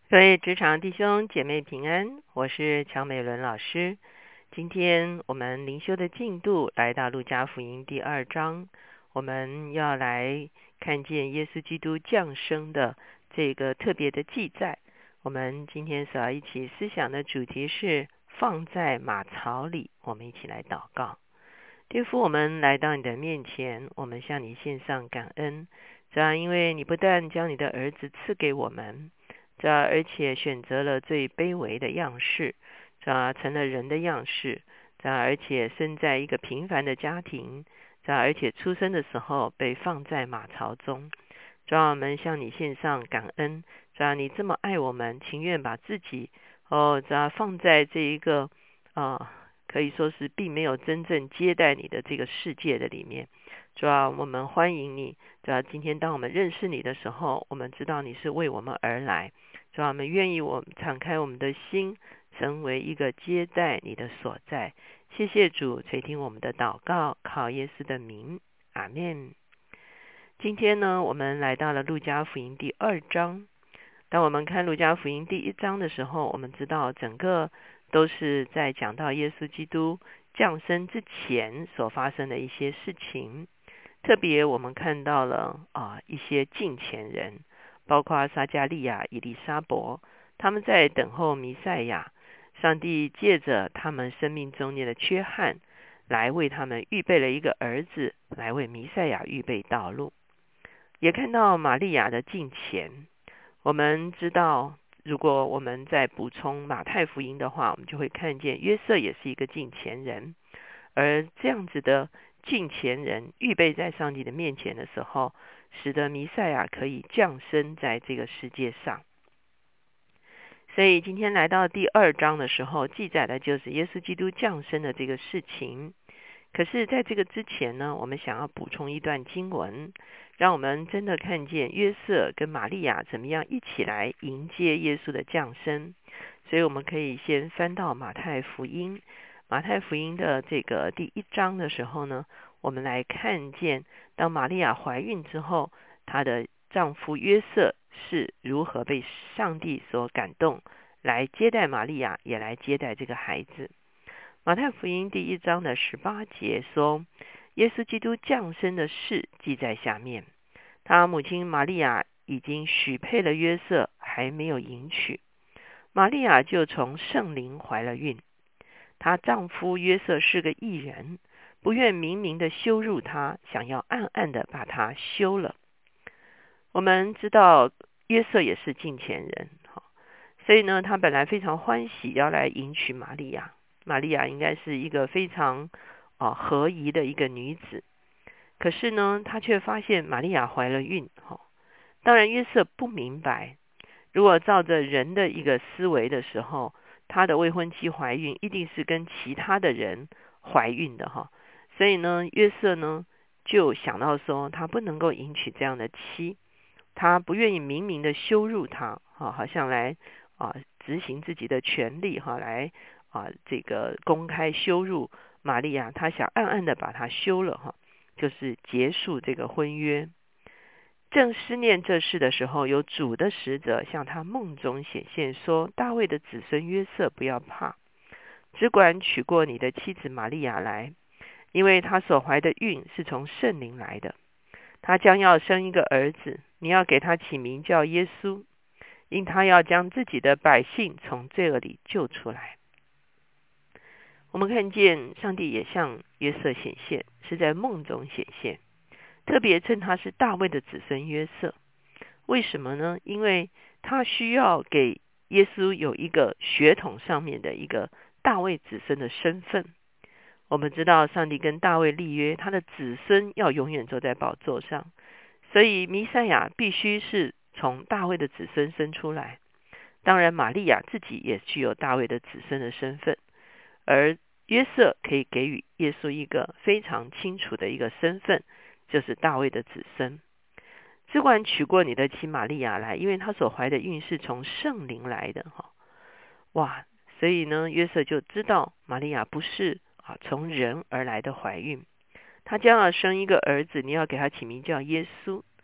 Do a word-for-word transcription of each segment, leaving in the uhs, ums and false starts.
各位职场弟兄姐妹平安，我是乔美伦老师。今天我们灵修的进度来到路加福音第二章，我们要来看见耶稣基督降生的这个特别的记载。我们今天所要一起思想的主题是放在马槽里。我们一起来祷告。天父，我们来到你的面前，我们向你献上感恩，这样因为你不但将你的儿子赐给我们，这而且选择了最卑微的样式，这成了人的样式，这而且生在一个平凡的家庭，这而且出生的时候被放在马槽中。主啊，我们向你献上感恩，主啊，你这么爱我们，情愿把自己哦，主啊放在这一个啊，可以说是并没有真正接待你的这个世界的里面。主啊，我们欢迎你。主啊，今天当我们认识你的时候，我们知道你是为我们而来。主啊，我们愿意我们敞开我们的心，成为一个接待你的所在。谢谢主垂听我们的祷告，靠耶稣的名，阿们。今天呢，我们来到了路加福音第二章。当我们看路加福音第一章的时候，我们知道整个都是在讲到耶稣基督降生之前所发生的一些事情。特别我们看到了啊一些近前人，包括撒加利亚、以利沙伯，他们在等候弥赛亚。上帝借着他们生命中间的缺憾，来为他们预备了一个儿子，来为弥赛亚预备道路。也看到玛利亚的近前。我们知道，如果我们再补充马太福音的话，我们就会看见约瑟也是一个近前人。而这样子的近前人预备在上帝的面前的时候，使得弥赛亚可以降生在这个世界上。所以今天来到第二章的时候，记载的就是耶稣基督降生的这个事情。可是在这个之前呢，我们想要补充一段经文，让我们真的看见约瑟跟玛利亚怎么样一起来迎接耶稣的降生。所以我们可以先翻到马太福音，马太福音的这个第一章的时候呢，我们来看见当玛利亚怀孕之后，她的丈夫约瑟是如何被上帝所感动，来接待玛利亚，也来接待这个孩子。马太福音第一章的十八节说，耶稣基督降生的事记在下面。他母亲玛利亚已经许配了约瑟，还没有迎娶。玛利亚就从圣灵怀了孕。她丈夫约瑟是个义人，不愿明明的羞辱她，想要暗暗的把她休了。我们知道约瑟也是近前人，所以呢，他本来非常欢喜要来迎娶玛利亚。玛利亚应该是一个非常啊合宜的一个女子，可是呢，他却发现玛利亚怀了孕。哈，当然约瑟不明白，如果照着人的一个思维的时候，他的未婚妻怀孕一定是跟其他的人怀孕的哈，所以呢，约瑟呢就想到说，他不能够迎娶这样的妻，他不愿意明明的羞辱她，哈，好像来啊执行自己的权利哈，来啊这个公开羞辱玛利亚，他想暗暗的把她休了哈，就是结束这个婚约。正思念这事的时候，有主的使者向他梦中显现，说：大卫的子孙约瑟，不要怕，只管娶过你的妻子玛利亚来，因为他所怀的孕是从圣灵来的。他将要生一个儿子，你要给他起名叫耶稣，因他要将自己的百姓从罪恶里救出来。我们看见上帝也向约瑟显现，是在梦中显现，特别称他是大卫的子孙约瑟。为什么呢？因为他需要给耶稣有一个血统上面的一个大卫子孙的身份。我们知道上帝跟大卫立约，他的子孙要永远坐在宝座上，所以弥赛亚必须是从大卫的子孙生出来。当然玛利亚自己也具有大卫的子孙的身份，而约瑟可以给予耶稣一个非常清楚的一个身份，就是大卫的子孙。只管娶过你的妻玛利亚来，因为她所怀的孕是从圣灵来的。哇，所以呢，约瑟就知道玛利亚不是啊从人而来的怀孕，她将要生一个儿子，你要给他起名叫耶稣。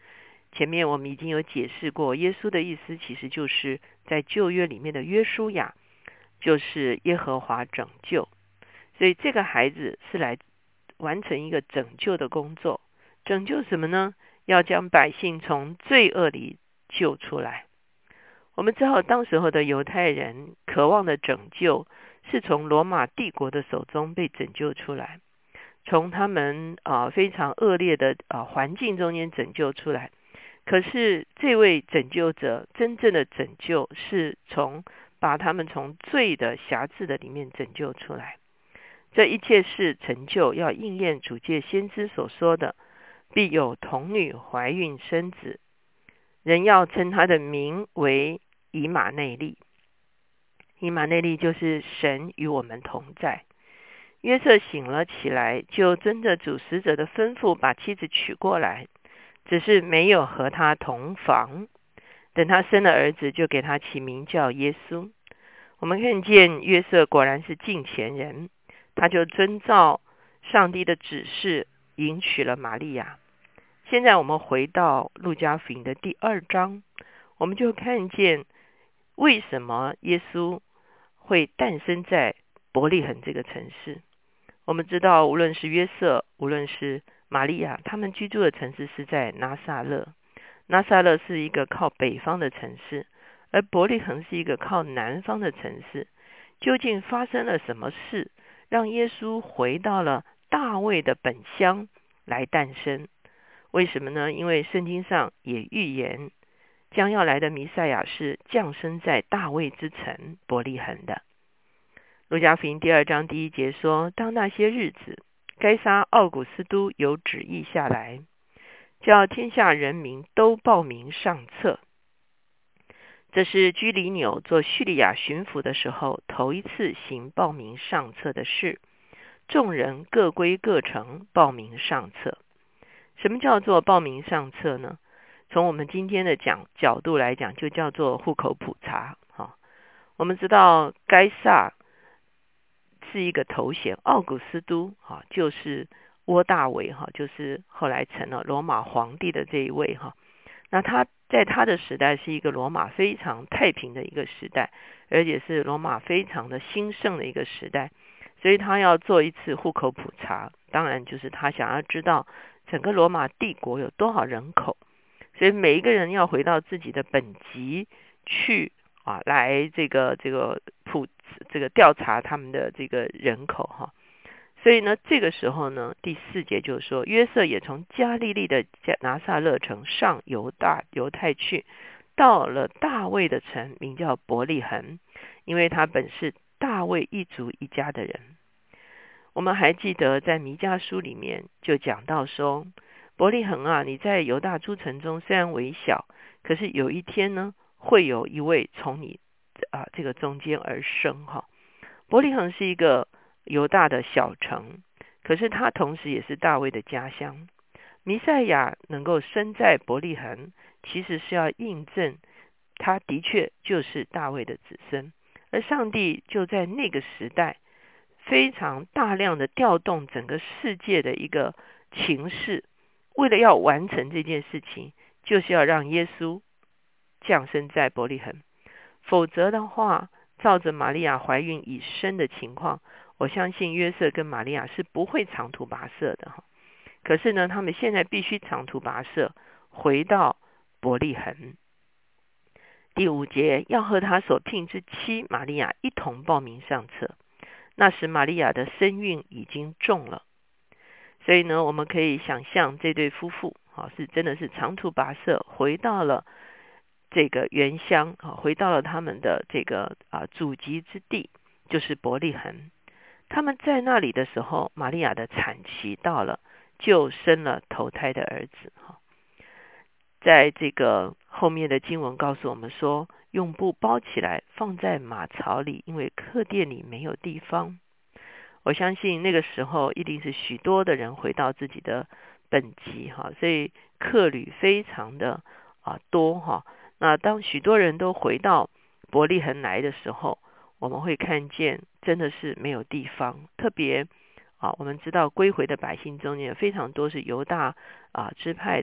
前面我们已经有解释过，耶稣的意思其实就是在旧约里面的约书亚，就是耶和华拯救。所以这个孩子是来完成一个拯救的工作。拯救什么呢？要将百姓从罪恶里救出来。我们知道当时候的犹太人渴望的拯救是从罗马帝国的手中被拯救出来，从他们啊、呃、非常恶劣的啊、呃、环境中间拯救出来。可是这位拯救者真正的拯救是从把他们从罪的辖制的里面拯救出来。这一切是成就要应验主藉先知所说的，必有童女怀孕生子，人要称他的名为以马内利。以马内利就是神与我们同在。约瑟醒了起来，就遵着主使者的吩咐把妻子娶过来，只是没有和他同房。等他生了儿子，就给他起名叫耶稣。我们看见约瑟果然是敬虔人，他就遵照上帝的指示迎娶了玛利亚。现在我们回到路加福音的第二章，我们就看见为什么耶稣会诞生在伯利恒这个城市。我们知道无论是约瑟，无论是玛利亚，他们居住的城市是在拿撒勒。拿撒勒是一个靠北方的城市，而伯利恒是一个靠南方的城市。究竟发生了什么事，让耶稣回到了大卫的本乡来诞生？为什么呢？因为圣经上也预言将要来的弥赛亚是降生在大卫之城伯利恒的。路加福音第二章第一节说，当那些日子，该撒奥古斯都有旨意下来，叫天下人民都报名上册。这是居里纽做叙利亚巡抚的时候头一次行报名上册的事。众人各归各城报名上册。什么叫做报名上册呢？从我们今天的讲角度来讲，就叫做户口普查。哦、我们知道该撒是一个头衔，奥古斯都、哦、就是窝大维、哦、就是后来成了罗马皇帝的这一位、哦、那他在他的时代是一个罗马非常太平的一个时代，而且是罗马非常的兴盛的一个时代，所以他要做一次户口普查，当然就是他想要知道整个罗马帝国有多少人口，所以每一个人要回到自己的本籍去啊，来这个这个普这个调查他们的这个人口哈。所以呢，这个时候呢，第四节就是说，约瑟也从加利利的拿撒勒城上犹大犹太去，到了大卫的城，名叫伯利恒，因为他本是大卫一族一家的人。我们还记得在弥迦书里面就讲到说，伯利恒啊，你在犹大诸城中虽然微小，可是有一天呢，会有一位从你啊这个中间而生哈。伯利恒是一个犹大的小城，可是它同时也是大卫的家乡。弥赛亚能够生在伯利恒，其实是要印证他的确就是大卫的子孙，而上帝就在那个时代非常大量的调动整个世界的一个情势，为了要完成这件事情，就是要让耶稣降生在伯利恒。否则的话，照着玛利亚怀孕已生的情况，我相信约瑟跟玛利亚是不会长途跋涉的。可是呢，他们现在必须长途跋涉回到伯利恒。第五节，要和他所聘之妻玛利亚一同报名上册。那时玛利亚的身孕已经重了，所以呢，我们可以想象这对夫妇啊，是真的是长途跋涉回到了这个原乡啊，回到了他们的这个啊祖籍之地，就是伯利恒。他们在那里的时候，玛利亚的产期到了，就生了头胎的儿子哈。在这个后面的经文告诉我们说，用布包起来放在马槽里，因为客店里没有地方。我相信那个时候一定是许多的人回到自己的本籍哈，所以客旅非常的啊多哈。那当许多人都回到伯利恒来的时候，我们会看见真的是没有地方。特别啊，我们知道归回的百姓中间非常多是犹大啊支派的，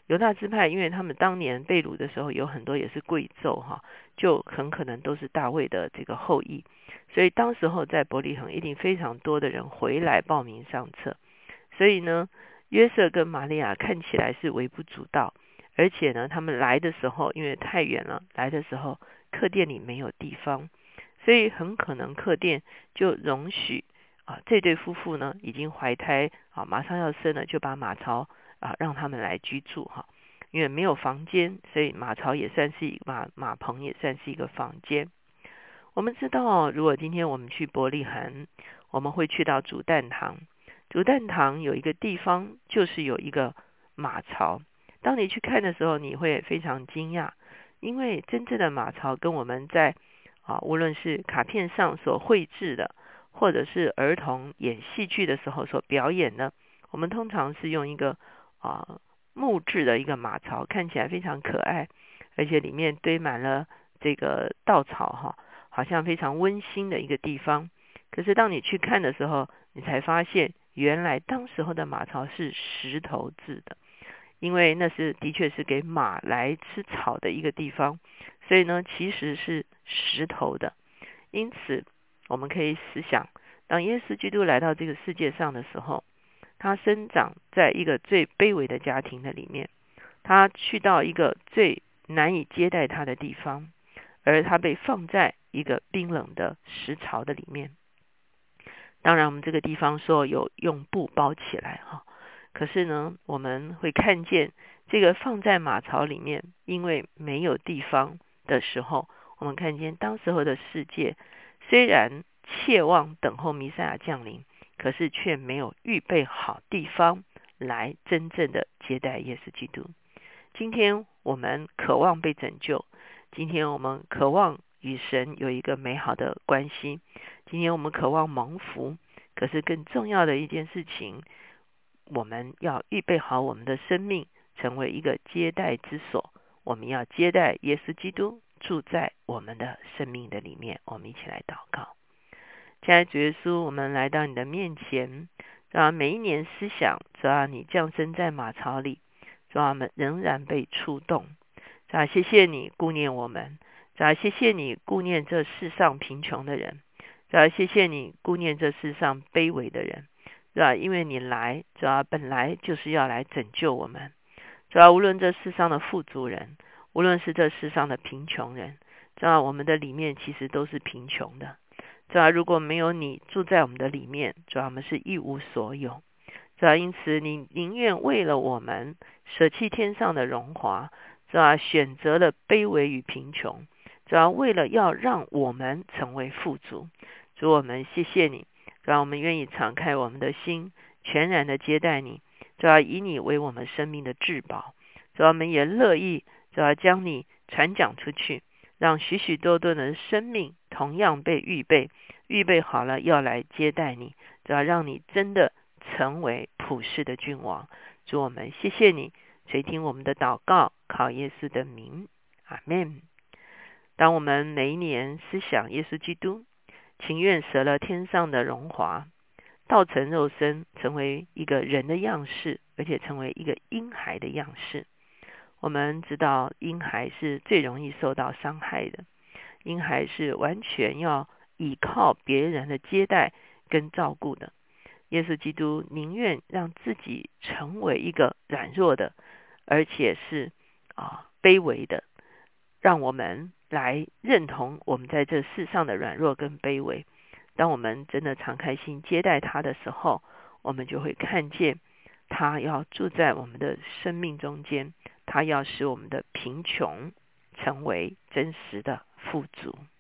犹大支派，因为他们当年被掳的时候有很多也是贵胄哈，就很可能都是大卫的这个后裔，所以当时候在伯利恒一定非常多的人回来报名上册。所以呢，约瑟跟玛利亚看起来是微不足道，而且呢，他们来的时候因为太远了，来的时候客店里没有地方，所以很可能客店就容许啊这对夫妇呢已经怀胎啊马上要生了，就把马槽啊让他们来居住哈，因为没有房间，所以马槽也算是马马棚也算是一个房间。我们知道，如果今天我们去伯利恒，我们会去到主诞堂。主诞堂有一个地方就是有一个马槽，当你去看的时候你会非常惊讶，因为真正的马槽跟我们在啊无论是卡片上所绘制的，或者是儿童演戏剧的时候所表演的，我们通常是用一个啊木质的一个马槽，看起来非常可爱，而且里面堆满了这个稻草哈，好像非常温馨的一个地方。可是当你去看的时候，你才发现原来当时候的马槽是石头制的，因为那是的确是给马来吃草的一个地方，所以呢其实是石头的。因此我们可以思想，当耶稣基督来到这个世界上的时候，他生长在一个最卑微的家庭的里面，他去到一个最难以接待他的地方，而他被放在一个冰冷的石槽的里面。当然我们这个地方说有用布包起来哈，可是呢我们会看见这个放在马槽里面，因为没有地方的时候，我们看见当时候的世界虽然切望等候弥赛亚降临，可是却没有预备好地方来真正的接待耶稣基督。今天我们渴望被拯救，今天我们渴望与神有一个美好的关系，今天我们渴望蒙福，可是更重要的一件事情，我们要预备好我们的生命成为一个接待之所，我们要接待耶稣基督住在我们的生命的里面。我们一起来祷告。亲爱的主耶稣，我们来到你的面前，主啊，每一年思想，主啊，你降生在马槽里，主啊，我们仍然被触动。主啊，谢谢你顾念我们，主啊，谢谢你顾念这世上贫穷的人，主啊，谢谢你顾念这世上卑微的人，主啊，因为你来，主啊，本来就是要来拯救我们。主啊，无论这世上的富足人，无论是这世上的贫穷人，主啊，我们的里面其实都是贫穷的。主啊，如果没有你住在我们的里面，主啊，我们是一无所有。主啊，因此你宁愿为了我们舍弃天上的荣华，主啊，选择了卑微与贫穷，主啊，为了要让我们成为富足。主，我们谢谢你，主啊，我们愿意敞开我们的心，全然的接待你，主啊，以你为我们生命的至宝。主啊，我们也乐意主啊将你传讲出去，让许许多多的生命同样被预备预备好了要来接待你，主要让你真的成为普世的君王。主，我们谢谢你，垂听我们的祷告，靠耶稣的名，阿们。当我们每一年思想耶稣基督，情愿舍了天上的荣华，道成肉身，成为一个人的样式，而且成为一个婴孩的样式。我们知道婴孩是最容易受到伤害的，婴孩是完全要依靠别人的接待跟照顾的。耶稣基督宁愿让自己成为一个软弱的，而且是啊卑微的，让我们来认同我们在这世上的软弱跟卑微。当我们真的敞开心接待他的时候，我们就会看见他要住在我们的生命中间，他要使我们的贫穷成为真实的富足。